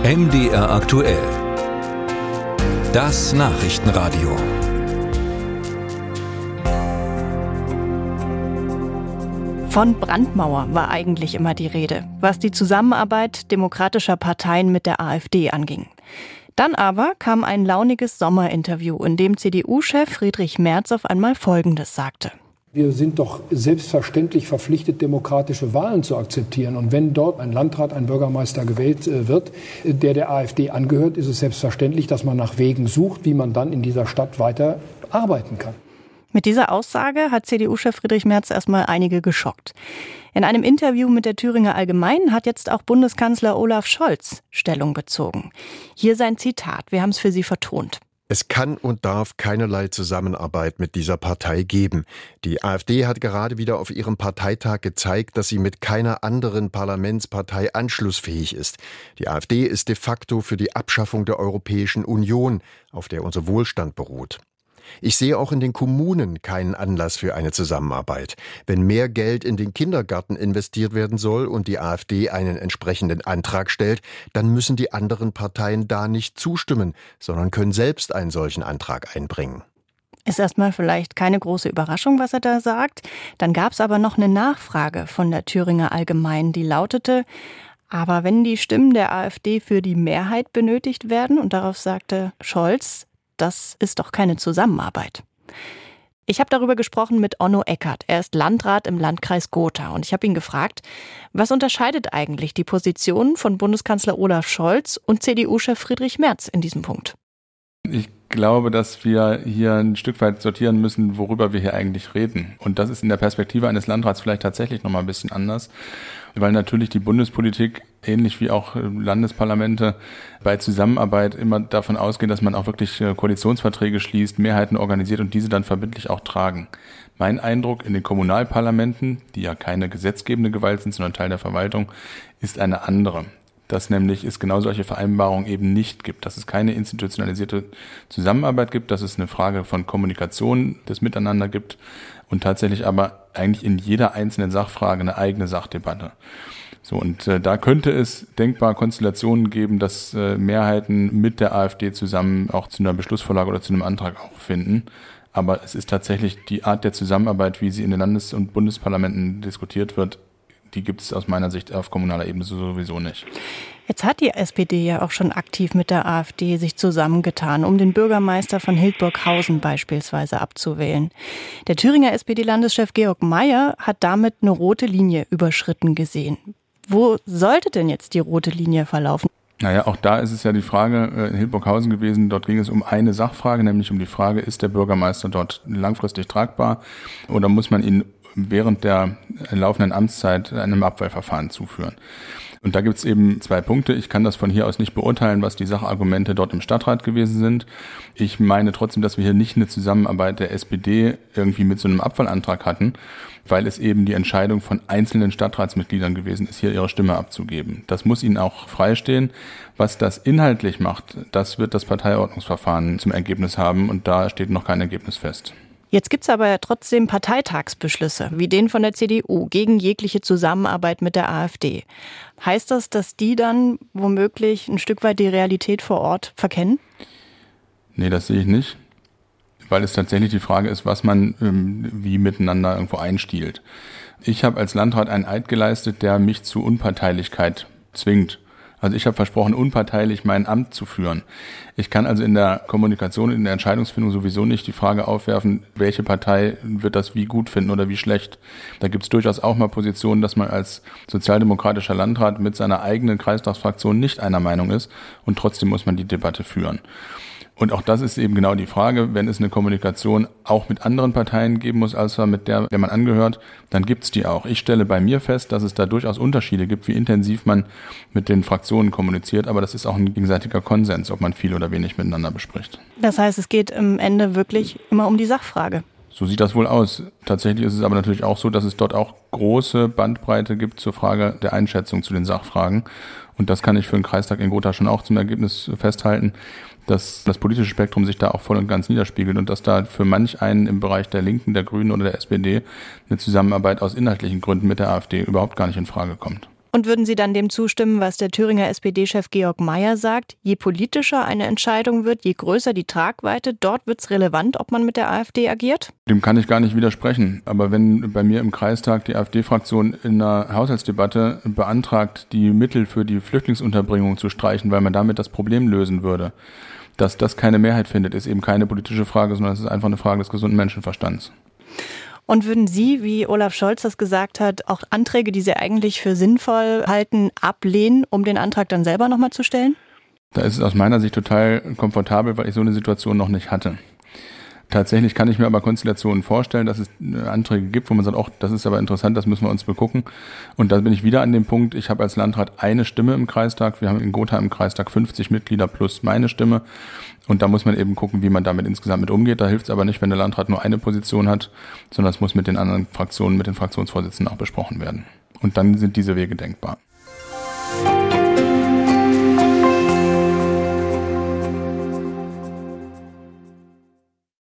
MDR aktuell. Das Nachrichtenradio. Von Brandmauer war eigentlich immer die Rede, was die Zusammenarbeit demokratischer Parteien mit der AfD anging. Dann aber kam ein launiges Sommerinterview, in dem CDU-Chef Friedrich Merz auf einmal Folgendes sagte. Wir sind doch selbstverständlich verpflichtet, demokratische Wahlen zu akzeptieren. Und wenn dort ein Landrat, ein Bürgermeister gewählt wird, der AfD angehört, ist es selbstverständlich, dass man nach Wegen sucht, wie man dann in dieser Stadt weiter arbeiten kann. Mit dieser Aussage hat CDU-Chef Friedrich Merz erstmal einige geschockt. In einem Interview mit der Thüringer Allgemeinen hat jetzt auch Bundeskanzler Olaf Scholz Stellung bezogen. Hier sein Zitat, wir haben es für Sie vertont. Es kann und darf keinerlei Zusammenarbeit mit dieser Partei geben. Die AfD hat gerade wieder auf ihrem Parteitag gezeigt, dass sie mit keiner anderen Parlamentspartei anschlussfähig ist. Die AfD ist de facto für die Abschaffung der Europäischen Union, auf der unser Wohlstand beruht. Ich sehe auch in den Kommunen keinen Anlass für eine Zusammenarbeit. Wenn mehr Geld in den Kindergarten investiert werden soll und die AfD einen entsprechenden Antrag stellt, dann müssen die anderen Parteien da nicht zustimmen, sondern können selbst einen solchen Antrag einbringen. Ist erstmal vielleicht keine große Überraschung, was er da sagt. Dann gab es aber noch eine Nachfrage von der Thüringer Allgemeinen, die lautete: Aber wenn die Stimmen der AfD für die Mehrheit benötigt werden, und darauf sagte Scholz, das ist doch keine Zusammenarbeit. Ich habe darüber gesprochen mit Onno Eckert. Er ist Landrat im Landkreis Gotha. Und ich habe ihn gefragt, was unterscheidet eigentlich die Positionen von Bundeskanzler Olaf Scholz und CDU-Chef Friedrich Merz in diesem Punkt? Ich glaube, dass wir hier ein Stück weit sortieren müssen, worüber wir hier eigentlich reden. Und das ist in der Perspektive eines Landrats vielleicht tatsächlich nochmal ein bisschen anders, weil natürlich die Bundespolitik, ähnlich wie auch Landesparlamente, bei Zusammenarbeit immer davon ausgehen, dass man auch wirklich Koalitionsverträge schließt, Mehrheiten organisiert und diese dann verbindlich auch tragen. Mein Eindruck in den Kommunalparlamenten, die ja keine gesetzgebende Gewalt sind, sondern Teil der Verwaltung, ist eine andere. Dass nämlich es genau solche Vereinbarungen eben nicht gibt, dass es keine institutionalisierte Zusammenarbeit gibt, dass es eine Frage von Kommunikation des Miteinander gibt und tatsächlich aber eigentlich in jeder einzelnen Sachfrage eine eigene Sachdebatte. So, und da könnte es denkbar Konstellationen geben, dass Mehrheiten mit der AfD zusammen auch zu einer Beschlussvorlage oder zu einem Antrag auch finden. Aber es ist tatsächlich die Art der Zusammenarbeit, wie sie in den Landes- und Bundesparlamenten diskutiert wird, die gibt es aus meiner Sicht auf kommunaler Ebene sowieso nicht. Jetzt hat die SPD ja auch schon aktiv mit der AfD sich zusammengetan, um den Bürgermeister von Hildburghausen beispielsweise abzuwählen. Der Thüringer SPD-Landeschef Georg Mayer hat damit eine rote Linie überschritten gesehen. Wo sollte denn jetzt die rote Linie verlaufen? Naja, auch da ist es ja die Frage in Hildburghausen gewesen, dort ging es um eine Sachfrage, nämlich um die Frage, ist der Bürgermeister dort langfristig tragbar oder muss man ihn während der laufenden Amtszeit einem Abwahlverfahren zuführen. Und da gibt es eben 2 Punkte. Ich kann das von hier aus nicht beurteilen, was die Sachargumente dort im Stadtrat gewesen sind. Ich meine trotzdem, dass wir hier nicht eine Zusammenarbeit der SPD irgendwie mit so einem Abwahlantrag hatten, weil es eben die Entscheidung von einzelnen Stadtratsmitgliedern gewesen ist, hier ihre Stimme abzugeben. Das muss ihnen auch freistehen. Was das inhaltlich macht, das wird das Parteiordnungsverfahren zum Ergebnis haben und da steht noch kein Ergebnis fest. Jetzt gibt es aber ja trotzdem Parteitagsbeschlüsse, wie den von der CDU, gegen jegliche Zusammenarbeit mit der AfD. Heißt das, dass die dann womöglich ein Stück weit die Realität vor Ort verkennen? Nee, das sehe ich nicht, weil es tatsächlich die Frage ist, was man wie miteinander irgendwo einstiehlt. Ich habe als Landrat einen Eid geleistet, der mich zu Unparteilichkeit zwingt. Also ich habe versprochen, unparteilich mein Amt zu führen. Ich kann also in der Kommunikation, in der Entscheidungsfindung sowieso nicht die Frage aufwerfen, welche Partei wird das wie gut finden oder wie schlecht. Da gibt es durchaus auch mal Positionen, dass man als sozialdemokratischer Landrat mit seiner eigenen Kreistagsfraktion nicht einer Meinung ist und trotzdem muss man die Debatte führen. Und auch das ist eben genau die Frage, wenn es eine Kommunikation auch mit anderen Parteien geben muss, als mit der man angehört, dann gibt's die auch. Ich stelle bei mir fest, dass es da durchaus Unterschiede gibt, wie intensiv man mit den Fraktionen kommuniziert, aber das ist auch ein gegenseitiger Konsens, ob man viel oder wenig miteinander bespricht. Das heißt, es geht am Ende wirklich immer um die Sachfrage. So sieht das wohl aus. Tatsächlich ist es aber natürlich auch so, dass es dort auch große Bandbreite gibt zur Frage der Einschätzung zu den Sachfragen. Und das kann ich für den Kreistag in Gotha schon auch zum Ergebnis festhalten, dass das politische Spektrum sich da auch voll und ganz niederspiegelt und dass da für manch einen im Bereich der Linken, der Grünen oder der SPD eine Zusammenarbeit aus inhaltlichen Gründen mit der AfD überhaupt gar nicht in Frage kommt. Und würden Sie dann dem zustimmen, was der Thüringer SPD-Chef Georg Mayer sagt? Je politischer eine Entscheidung wird, je größer die Tragweite, dort wird es relevant, ob man mit der AfD agiert? Dem kann ich gar nicht widersprechen. Aber wenn bei mir im Kreistag die AfD-Fraktion in einer Haushaltsdebatte beantragt, die Mittel für die Flüchtlingsunterbringung zu streichen, weil man damit das Problem lösen würde, dass das keine Mehrheit findet, ist eben keine politische Frage, sondern es ist einfach eine Frage des gesunden Menschenverstands. Und würden Sie, wie Olaf Scholz das gesagt hat, auch Anträge, die Sie eigentlich für sinnvoll halten, ablehnen, um den Antrag dann selber nochmal zu stellen? Da ist es aus meiner Sicht total komfortabel, weil ich so eine Situation noch nicht hatte. Tatsächlich kann ich mir aber Konstellationen vorstellen, dass es Anträge gibt, wo man sagt, das ist aber interessant, das müssen wir uns begucken. Und da bin ich wieder an dem Punkt, ich habe als Landrat eine Stimme im Kreistag. Wir haben in Gotha im Kreistag 50 Mitglieder plus meine Stimme. Und da muss man eben gucken, wie man damit insgesamt mit umgeht. Da hilft es aber nicht, wenn der Landrat nur eine Position hat, sondern es muss mit den anderen Fraktionen, mit den Fraktionsvorsitzenden auch besprochen werden. Und dann sind diese Wege denkbar.